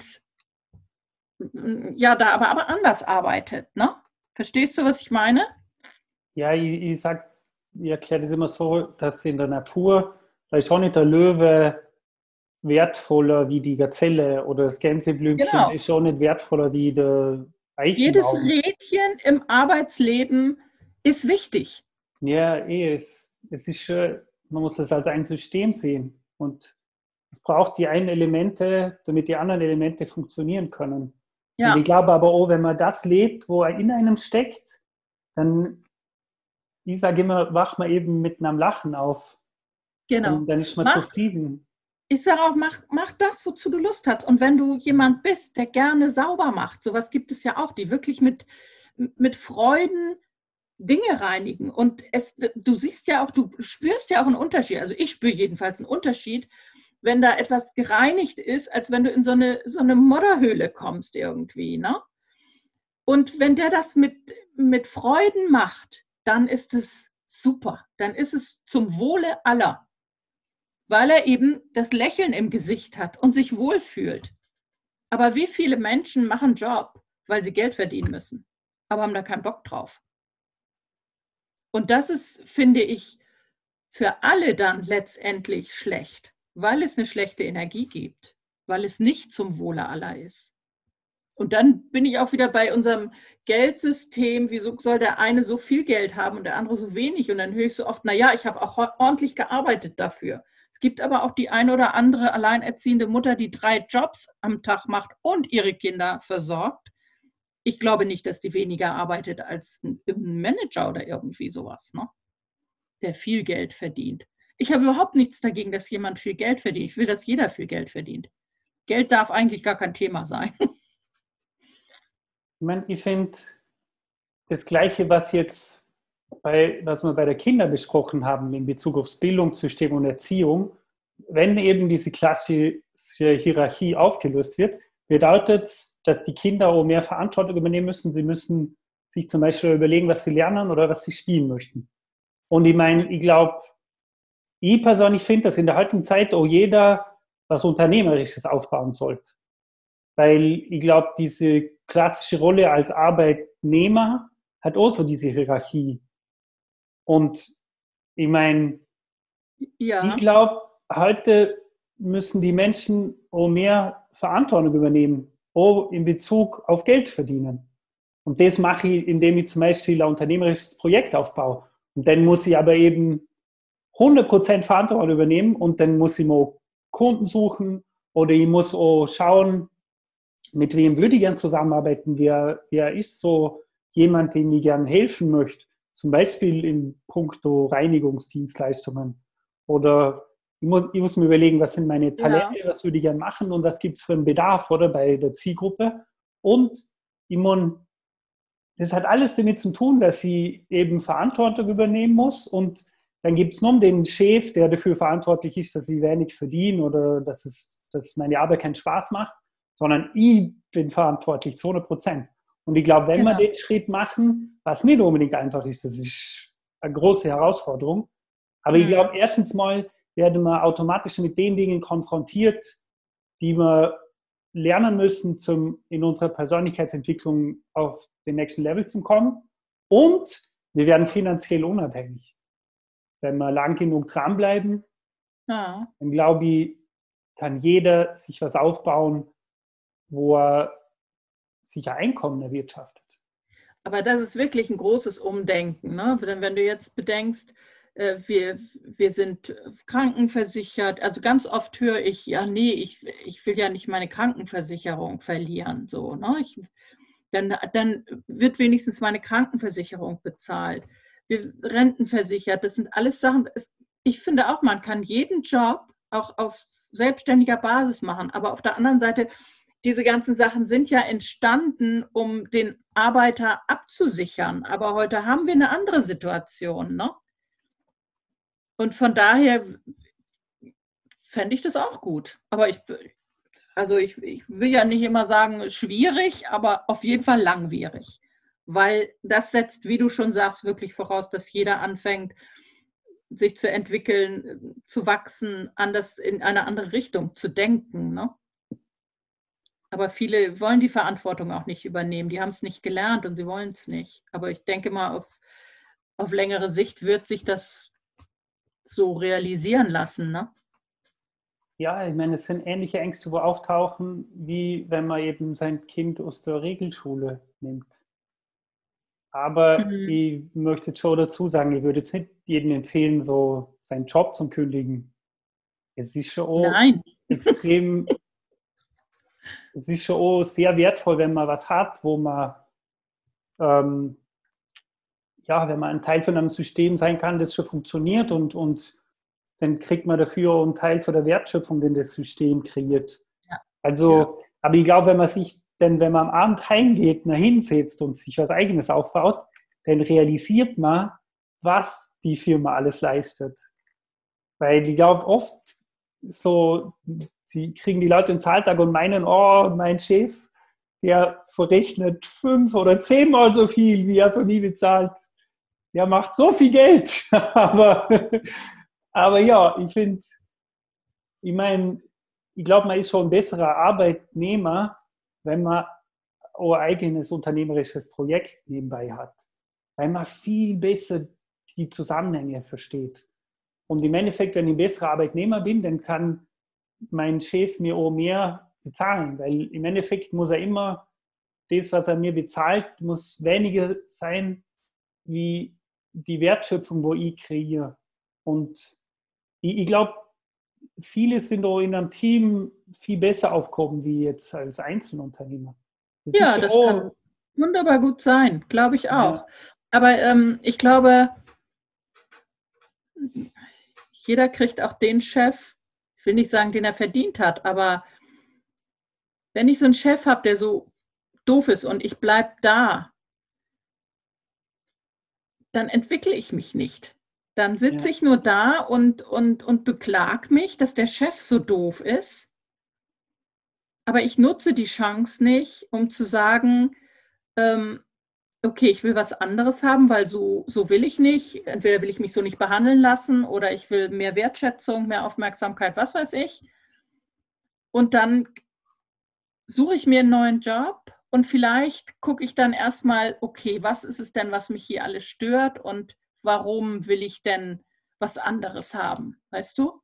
ja, da aber anders arbeitet. Ne? Verstehst du, was ich meine? ja ich erkläre das immer so, dass in der Natur, da ist auch nicht der Löwe wertvoller wie die Gazelle oder das Gänseblümchen Genau. ist auch nicht wertvoller wie der Jedes Eichenbaum. Rädchen im Arbeitsleben ist wichtig. Ja, es ist schon, man muss das als ein System sehen. Und es braucht die einen Elemente, damit die anderen Elemente funktionieren können. Und ich Ja, glaube aber auch, wenn man das lebt, wo er in einem steckt, dann, ich sage immer, wach man eben mit einem Lachen auf. genau. Dann ist man Mach, zufrieden. ich sage auch, mach das, wozu du Lust hast. Und wenn du jemand bist, der gerne sauber macht, sowas gibt es ja auch, die wirklich mit Freuden Dinge reinigen. Und du siehst ja auch, du spürst ja auch einen Unterschied. Also ich spüre jedenfalls einen Unterschied, wenn da etwas gereinigt ist, als wenn du in so eine Modderhöhle kommst irgendwie. Ne? Und wenn der das mit Freuden macht, dann ist es super. Dann ist es zum Wohle aller, weil er eben das Lächeln im Gesicht hat und sich wohlfühlt. Aber wie viele Menschen machen Job, weil sie Geld verdienen müssen, aber haben da keinen Bock drauf? Und das ist, finde ich, für alle dann letztendlich schlecht, weil es eine schlechte Energie gibt, weil es nicht zum Wohle aller ist. Und dann bin ich auch wieder bei unserem Geldsystem. Wieso soll der eine so viel Geld haben und der andere so wenig? Und dann höre ich so oft, naja, ich habe auch ordentlich gearbeitet dafür. Es gibt aber auch die eine oder andere alleinerziehende Mutter, die 3 Jobs am Tag macht und ihre Kinder versorgt. Ich glaube nicht, dass die weniger arbeitet als ein Manager oder irgendwie sowas, ne? Der viel Geld verdient. Ich habe überhaupt nichts dagegen, dass jemand viel Geld verdient. Ich will, dass jeder viel Geld verdient. Geld darf eigentlich gar kein Thema sein. Ich meine, ich finde das Gleiche, was wir bei der Kinder besprochen haben in Bezug aufs Bildungssystem und Erziehung, wenn eben diese klassische Hierarchie aufgelöst wird, bedeutet es, dass die Kinder auch mehr Verantwortung übernehmen müssen. Sie müssen sich zum Beispiel überlegen, was sie lernen oder was sie spielen möchten. Und ich meine, ich persönlich finde, dass in der heutigen Zeit auch jeder was Unternehmerisches aufbauen sollte. Weil ich glaube, diese klassische Rolle als Arbeitnehmer hat auch so diese Hierarchie. Und ich meine, ich Ja, glaube, heute müssen die Menschen auch mehr Verantwortung übernehmen, auch in Bezug auf Geld verdienen. Und das mache ich, indem ich zum Beispiel ein unternehmerisches Projekt aufbaue. Und dann muss ich aber eben 100% Verantwortung übernehmen und dann muss ich mal Kunden suchen oder ich muss auch schauen, mit wem würde ich gern zusammenarbeiten, wer ist so jemand, dem ich gern helfen möchte, zum Beispiel in puncto Reinigungsdienstleistungen oder ich muss mir überlegen, was sind meine ja, Talente, was würde ich gern machen und was gibt es für einen Bedarf oder bei der Zielgruppe und ich muss, das hat alles damit zu tun, dass sie eben Verantwortung übernehmen muss und dann gibt es nur den Chef, der dafür verantwortlich ist, dass sie wenig verdienen oder dass meine Arbeit keinen Spaß macht, sondern ich bin verantwortlich zu 100%. Und ich glaube, wenn wir genau. den Schritt machen, was nicht unbedingt einfach ist, das ist eine große Herausforderung, aber ich Hm. glaube, erstens mal werden wir automatisch mit den Dingen konfrontiert, die wir lernen müssen, in unserer Persönlichkeitsentwicklung auf den nächsten Level zu kommen. Und wir werden finanziell unabhängig. Wenn wir lang genug dranbleiben, Ja. dann glaube ich, kann jeder sich was aufbauen, wo er sich ein Einkommen erwirtschaftet. Aber das ist wirklich ein großes Umdenken. Ne? Denn wenn du jetzt bedenkst, wir sind krankenversichert, also ganz oft höre ich, ja, nee, ich will ja nicht meine Krankenversicherung verlieren. So, ne? Dann wird wenigstens meine Krankenversicherung bezahlt. Wir rentenversichert, das sind alles Sachen. Ich finde auch, man kann jeden Job auch auf selbstständiger Basis machen. Aber auf der anderen Seite, diese ganzen Sachen sind ja entstanden, um den Arbeiter abzusichern. Aber heute haben wir eine andere Situation. Ne? Und von daher fände ich das auch gut. Aber ich will ja nicht immer sagen schwierig, aber auf jeden Fall langwierig. Weil das setzt, wie du schon sagst, wirklich voraus, dass jeder anfängt, sich zu entwickeln, zu wachsen, anders in eine andere Richtung zu denken. Ne? Aber viele wollen die Verantwortung auch nicht übernehmen. Die haben es nicht gelernt und sie wollen es nicht. Aber ich denke mal, auf längere Sicht wird sich das so realisieren lassen. Ne? Ja, ich meine, es sind ähnliche Ängste, wo auftauchen, wie wenn man eben sein Kind aus der Regelschule nimmt. Aber Mhm. ich möchte jetzt schon dazu sagen, ich würde jetzt nicht jedem empfehlen, so seinen Job zu kündigen. Es ist schon auch Nein. extrem es ist schon auch sehr wertvoll, wenn man was hat, wo man, ja, wenn man ein Teil von einem System sein kann, das schon funktioniert und dann kriegt man dafür auch einen Teil von der Wertschöpfung, den das System kreiert. Ja. Also, aber ich glaube, wenn man am Abend heimgeht, hinsetzt und sich was Eigenes aufbaut, dann realisiert man, was die Firma alles leistet. Weil ich glaube, oft so, sie kriegen die Leute ins Alltag und meinen, oh, mein Chef, der verrechnet 5 oder 10-mal so viel, wie er für mich bezahlt. Der macht so viel Geld. aber ja, ich finde, ich meine, ich glaube, man ist schon ein besserer Arbeitnehmer, wenn man ein eigenes unternehmerisches Projekt nebenbei hat. Weil man viel besser die Zusammenhänge versteht. Und im Endeffekt, wenn ich ein besserer Arbeitnehmer bin, dann kann mein Chef mir auch mehr bezahlen. Weil im Endeffekt muss er immer das, was er mir bezahlt, muss weniger sein wie die Wertschöpfung, wo ich kreiere. Und ich glaube, viele sind auch in einem Team viel besser aufgehoben wie jetzt als Einzelunternehmer. Das kann wunderbar gut sein, glaube ich auch. Ja. Aber ich glaube, jeder kriegt auch den Chef, ich will nicht sagen, den er verdient hat, aber wenn ich so einen Chef habe, der so doof ist und ich bleibe da, dann entwickle ich mich nicht. Dann sitze ich nur da und beklag mich, dass der Chef so doof ist. Aber ich nutze die Chance nicht, um zu sagen, okay, ich will was anderes haben, weil so will ich nicht. Entweder will ich mich so nicht behandeln lassen oder ich will mehr Wertschätzung, mehr Aufmerksamkeit, was weiß ich. Und dann suche ich mir einen neuen Job und vielleicht gucke ich dann erstmal, okay, was ist es denn, was mich hier alles stört und warum will ich denn was anderes haben, weißt du?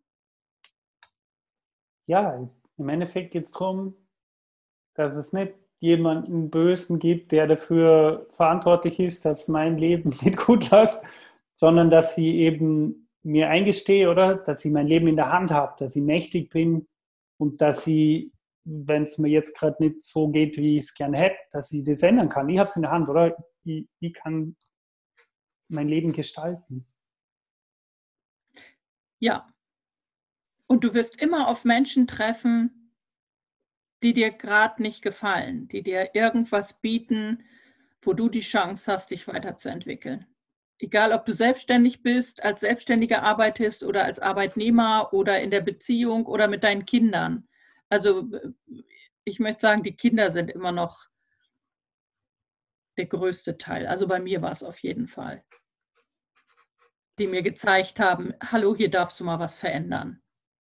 Ja, im Endeffekt geht es darum, dass es nicht jemanden Bösen gibt, der dafür verantwortlich ist, dass mein Leben nicht gut läuft, sondern dass ich eben mir eingestehe, oder dass ich mein Leben in der Hand habe, dass ich mächtig bin und dass ich, wenn es mir jetzt gerade nicht so geht, wie ich es gerne hätte, dass ich das ändern kann. Ich habe es in der Hand, oder? Ich kann mein Leben gestalten. Ja. Und du wirst immer auf Menschen treffen, die dir gerade nicht gefallen, die dir irgendwas bieten, wo du die Chance hast, dich weiterzuentwickeln. Egal, ob du selbstständig bist, als Selbstständiger arbeitest oder als Arbeitnehmer oder in der Beziehung oder mit deinen Kindern. Also ich möchte sagen, die Kinder sind immer noch der größte Teil. Also bei mir war es auf jeden Fall. Die mir gezeigt haben, hallo, hier darfst du mal was verändern.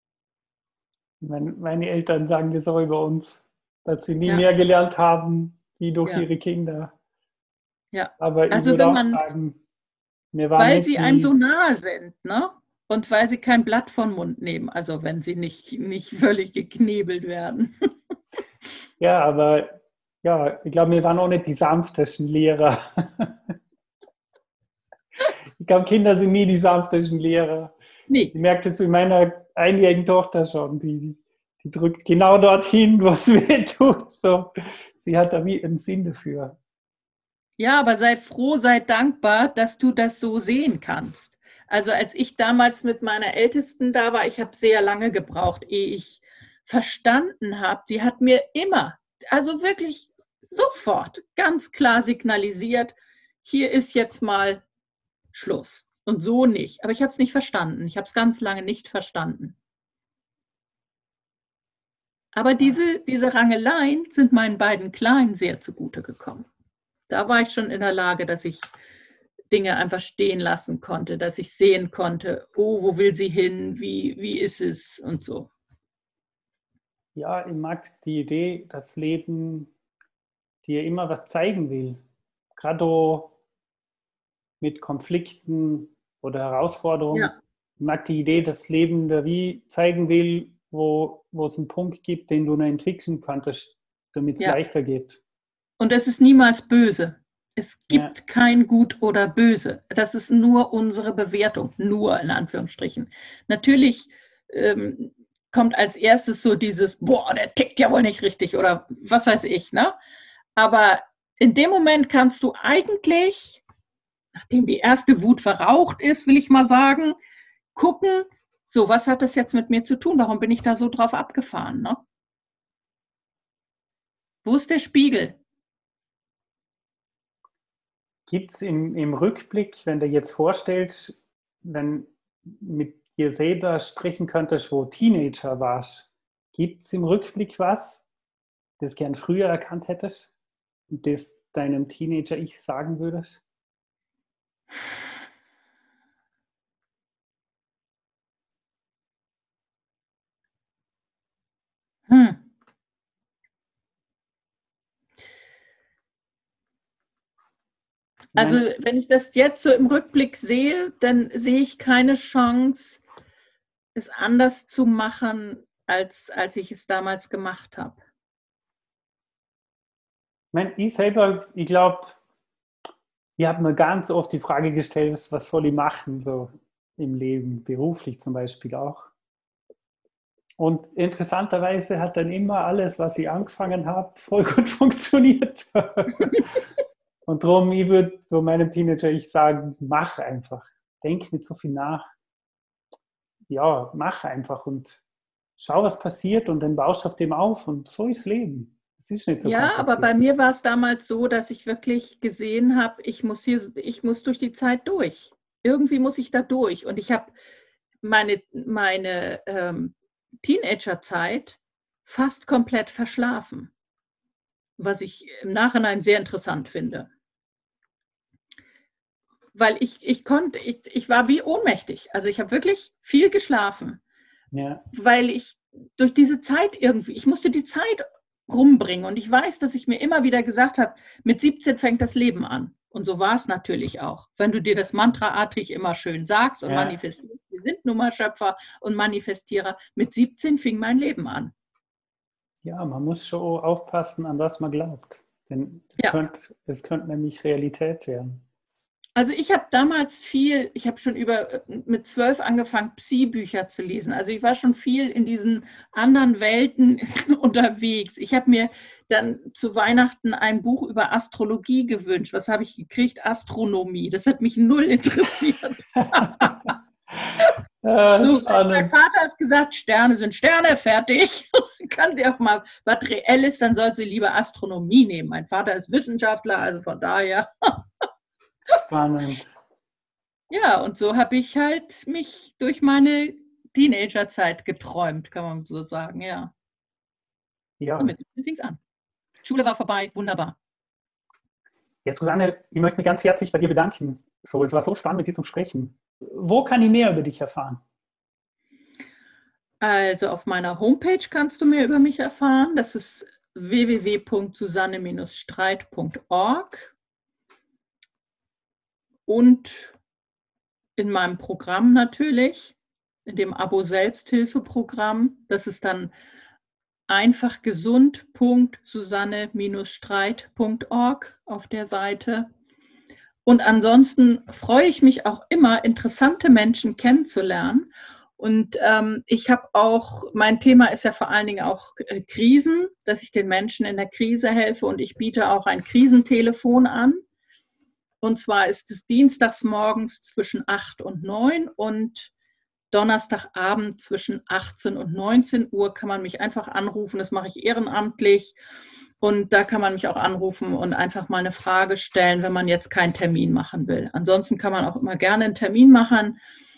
Meine Eltern sagen das auch über uns, dass sie nie mehr gelernt haben, wie durch ihre Kinder. Ja. Aber ich würde auch sagen, weil sie einem so nahe sind, ne? Und weil sie kein Blatt vom Mund nehmen, also wenn sie nicht völlig geknebelt werden. Ja, aber ja, ich glaube, wir waren auch nicht die sanftesten Lehrer. Ich glaube, Kinder sind nie die sanftesten Lehrer. Nee. Ich merke das mit meiner einjährigen Tochter schon. Die drückt genau dorthin, wo es weh tut. So, sie hat da wie einen Sinn dafür. Ja, aber sei froh, sei dankbar, dass du das so sehen kannst. Also als ich damals mit meiner Ältesten da war, ich habe sehr lange gebraucht, ehe ich verstanden habe. Sie hat mir immer, also wirklich sofort ganz klar signalisiert, hier ist jetzt mal Schluss. Und so nicht. Aber ich habe es nicht verstanden. Ich habe es ganz lange nicht verstanden. Aber diese Rangeleien sind meinen beiden Kleinen sehr zugute gekommen. Da war ich schon in der Lage, dass ich Dinge einfach stehen lassen konnte, dass ich sehen konnte, oh, wo will sie hin, wie ist es und so. Ja, ich mag die Idee, das Leben dir immer was zeigen will. Gerade mit Konflikten oder Herausforderungen. Ja. Ich mag die Idee, das Leben da wie zeigen will, wo es einen Punkt gibt, den du noch entwickeln könntest, damit es leichter geht. Und es ist niemals böse. Es gibt kein Gut oder Böse. Das ist nur unsere Bewertung, nur in Anführungsstrichen. Natürlich kommt als erstes so dieses, boah, der tickt ja wohl nicht richtig oder was weiß ich, ne? Aber in dem Moment kannst du eigentlich, nachdem die erste Wut verraucht ist, will ich mal sagen, gucken, so, was hat das jetzt mit mir zu tun? Warum bin ich da so drauf abgefahren, ne? Wo ist der Spiegel? Gibt es im Rückblick, wenn du jetzt vorstellst, wenn mit dir selber sprechen könntest, wo Teenager warst, gibt es im Rückblick was, das gern früher erkannt hättest und das deinem Teenager-Ich sagen würdest? Hm. Also wenn ich das jetzt so im Rückblick sehe, dann sehe ich keine Chance, es anders zu machen, als ich es damals gemacht habe. Ich selber, ich glaube, ich habe mir ganz oft die Frage gestellt, was soll ich machen, so im Leben, beruflich zum Beispiel auch. Und interessanterweise hat dann immer alles, was ich angefangen habe, voll gut funktioniert. Und darum, ich würde so meinem Teenager-Ich sagen, mach einfach. Denk nicht so viel nach. Ja, mach einfach und schau, was passiert und dann baust du auf dem auf und so ist Leben. Es ist nicht so Ja, aber bei kompliziert. mir war es damals so, dass ich wirklich gesehen habe, ich muss durch die Zeit durch. Irgendwie muss ich da durch. Und ich habe meine Teenagerzeit fast komplett verschlafen, was ich im Nachhinein sehr interessant finde. Weil ich war wie ohnmächtig. Also ich habe wirklich viel geschlafen, Ja. weil ich durch diese Zeit irgendwie, ich musste die Zeit rumbringen. Und ich weiß, dass ich mir immer wieder gesagt habe, mit 17 fängt das Leben an. Und so war es natürlich auch. Wenn du dir das mantraartig immer schön sagst und Ja. manifestierst, wir sind nun mal Schöpfer und Manifestierer, mit 17 fing mein Leben an. Ja, man muss schon aufpassen, an was man glaubt. Denn Ja. es könnte nämlich Realität werden. Also ich habe damals ich habe schon mit 12 angefangen, Psi-Bücher zu lesen. Also ich war schon viel in diesen anderen Welten unterwegs. Ich habe mir dann zu Weihnachten ein Buch über Astrologie gewünscht. Was habe ich gekriegt? Astronomie. Das hat mich null interessiert. So, mein Spannend. Vater hat gesagt, Sterne sind Sterne, fertig. Kann sie auch mal was Reelles, dann soll sie lieber Astronomie nehmen. Mein Vater ist Wissenschaftler, also von daher. Spannend. Ja, und so habe ich halt mich durch meine Teenagerzeit geträumt, kann man so sagen, ja. Ja. Damit fing es an. Schule war vorbei, wunderbar. Jetzt, Susanne, ich möchte mich ganz herzlich bei dir bedanken. So, es war so spannend, mit dir zu sprechen. Wo kann ich mehr über dich erfahren? Also auf meiner Homepage kannst du mehr über mich erfahren. Das ist www.susanne-streit.org. Und in meinem Programm natürlich, in dem Abo-Selbsthilfe-Programm. Das ist dann einfachgesund.susanne-streit.org auf der Seite. Und ansonsten freue ich mich auch immer, interessante Menschen kennenzulernen. Und ich habe auch, mein Thema ist ja vor allen Dingen auch Krisen, dass ich den Menschen in der Krise helfe und ich biete auch ein Krisentelefon an. Und zwar ist es dienstags morgens zwischen 8 und 9 und Donnerstagabend zwischen 18 und 19 Uhr kann man mich einfach anrufen. Das mache ich ehrenamtlich. Und da kann man mich auch anrufen und einfach mal eine Frage stellen, wenn man jetzt keinen Termin machen will. Ansonsten kann man auch immer gerne einen Termin machen.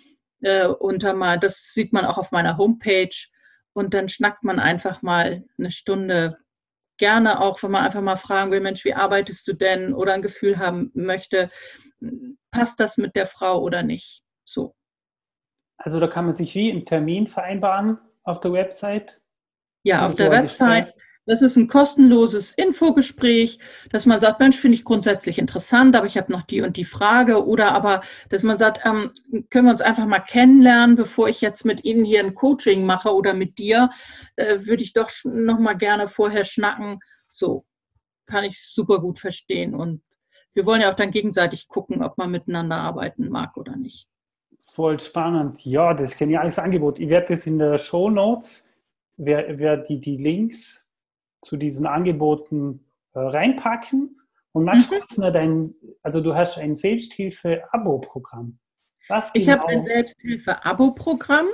Das sieht man auch auf meiner Homepage. Und dann schnackt man einfach mal eine Stunde. Gerne auch, wenn man einfach mal fragen will, Mensch, wie arbeitest du denn? Oder ein Gefühl haben möchte, passt das mit der Frau oder nicht? So. Also da kann man sich wie einen Termin vereinbaren auf der Website. Ja, auf So der ein Gespräch. Website. Das ist ein kostenloses Infogespräch, dass man sagt, Mensch, finde ich grundsätzlich interessant, aber ich habe noch die und die Frage. Oder aber, dass man sagt, können wir uns einfach mal kennenlernen, bevor ich jetzt mit Ihnen hier ein Coaching mache oder mit dir, würde ich doch noch mal gerne vorher schnacken. So, kann ich super gut verstehen. Und wir wollen ja auch dann gegenseitig gucken, ob man miteinander arbeiten mag oder nicht. Voll spannend. Ja, das ist ein geniales Angebot. Ich werde das in der Shownotes werde die Links zu diesen Angeboten reinpacken. Und magst du kurz noch also du hast ein Selbsthilfe-Abo-Programm. Was genau? Ich habe ein Selbsthilfe-Abo-Programm,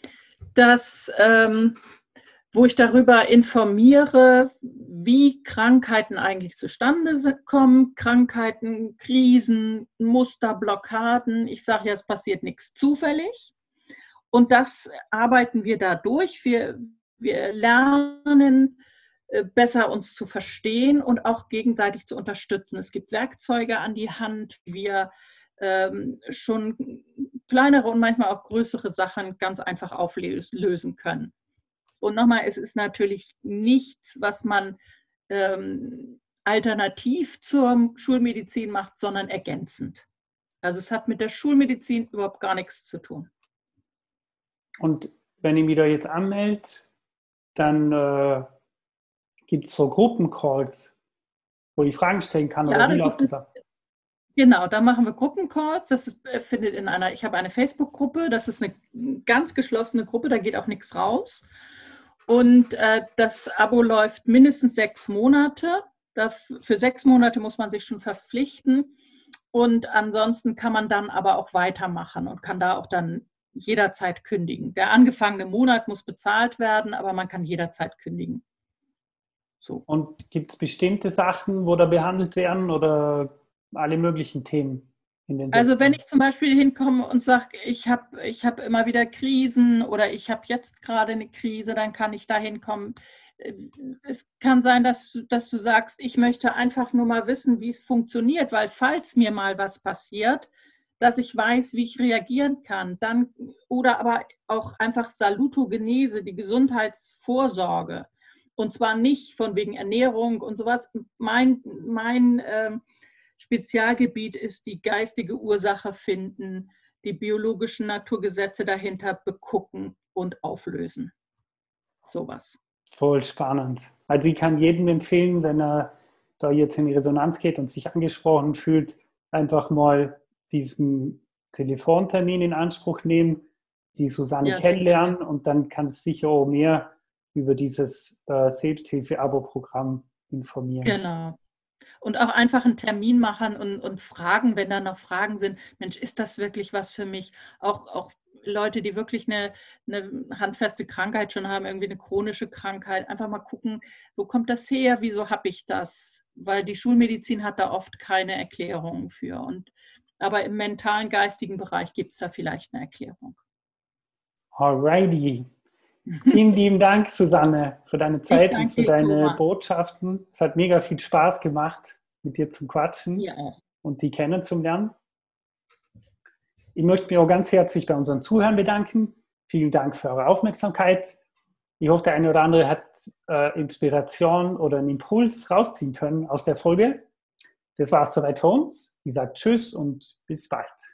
wo ich darüber informiere, wie Krankheiten eigentlich zustande kommen, Krankheiten, Krisen, Muster, Blockaden. Ich sage ja, es passiert nichts zufällig. Und das arbeiten wir da durch. Wir lernen, besser uns zu verstehen und auch gegenseitig zu unterstützen. Es gibt Werkzeuge an die Hand, wie wir schon kleinere und manchmal auch größere Sachen ganz einfach auflösen können. Und nochmal, es ist natürlich nichts, was man alternativ zur Schulmedizin macht, sondern ergänzend. Also es hat mit der Schulmedizin überhaupt gar nichts zu tun. Und wenn ich mich da jetzt anmelde, dann gibt es so Gruppencalls, wo ich Fragen stellen kann, Ja, oder wie läuft das ab? Genau, da machen wir Gruppencalls. Das findet ich habe eine Facebook-Gruppe, das ist eine ganz geschlossene Gruppe, da geht auch nichts raus. Und das Abo läuft mindestens 6 Monate. Für 6 Monate muss man sich schon verpflichten. Und ansonsten kann man dann aber auch weitermachen und kann da auch dann jederzeit kündigen. Der angefangene Monat muss bezahlt werden, aber man kann jederzeit kündigen. So. Und gibt es bestimmte Sachen, wo da behandelt werden oder alle möglichen Themen in den Also wenn Sitzungen? ich zum Beispiel hinkomme und sage, ich hab immer wieder Krisen oder ich habe jetzt gerade eine Krise, dann kann ich da hinkommen. Es kann sein, dass du sagst, ich möchte einfach nur mal wissen, wie es funktioniert, weil falls mir mal was passiert, dass ich weiß, wie ich reagieren kann. Oder aber auch einfach Salutogenese, die Gesundheitsvorsorge. Und zwar nicht von wegen Ernährung und sowas. Mein Spezialgebiet ist die geistige Ursache finden, die biologischen Naturgesetze dahinter begucken und auflösen. Sowas. Voll spannend. Also ich kann jedem empfehlen, wenn er da jetzt in die Resonanz geht und sich angesprochen fühlt, einfach mal diesen Telefontermin in Anspruch nehmen, die Susanne kennenlernen und dann kann es sicher auch mehr über dieses Selbsthilfe-Abo-Programm informieren. Genau. Und auch einfach einen Termin machen und fragen, wenn da noch Fragen sind. Mensch, ist das wirklich was für mich? Auch Leute, die wirklich eine handfeste Krankheit schon haben, irgendwie eine chronische Krankheit, einfach mal gucken, wo kommt das her? Wieso habe ich das? Weil die Schulmedizin hat da oft keine Erklärungen für. Aber im mentalen, geistigen Bereich gibt es da vielleicht eine Erklärung. Alrighty. Vielen lieben Dank, Susanne, für deine Zeit und für deine Botschaften. Es hat mega viel Spaß gemacht, mit dir zu quatschen und die kennenzulernen. Ich möchte mich auch ganz herzlich bei unseren Zuhörern bedanken. Vielen Dank für eure Aufmerksamkeit. Ich hoffe, der eine oder andere hat Inspiration oder einen Impuls rausziehen können aus der Folge. Das war es soweit für uns. Ich sage Tschüss und bis bald.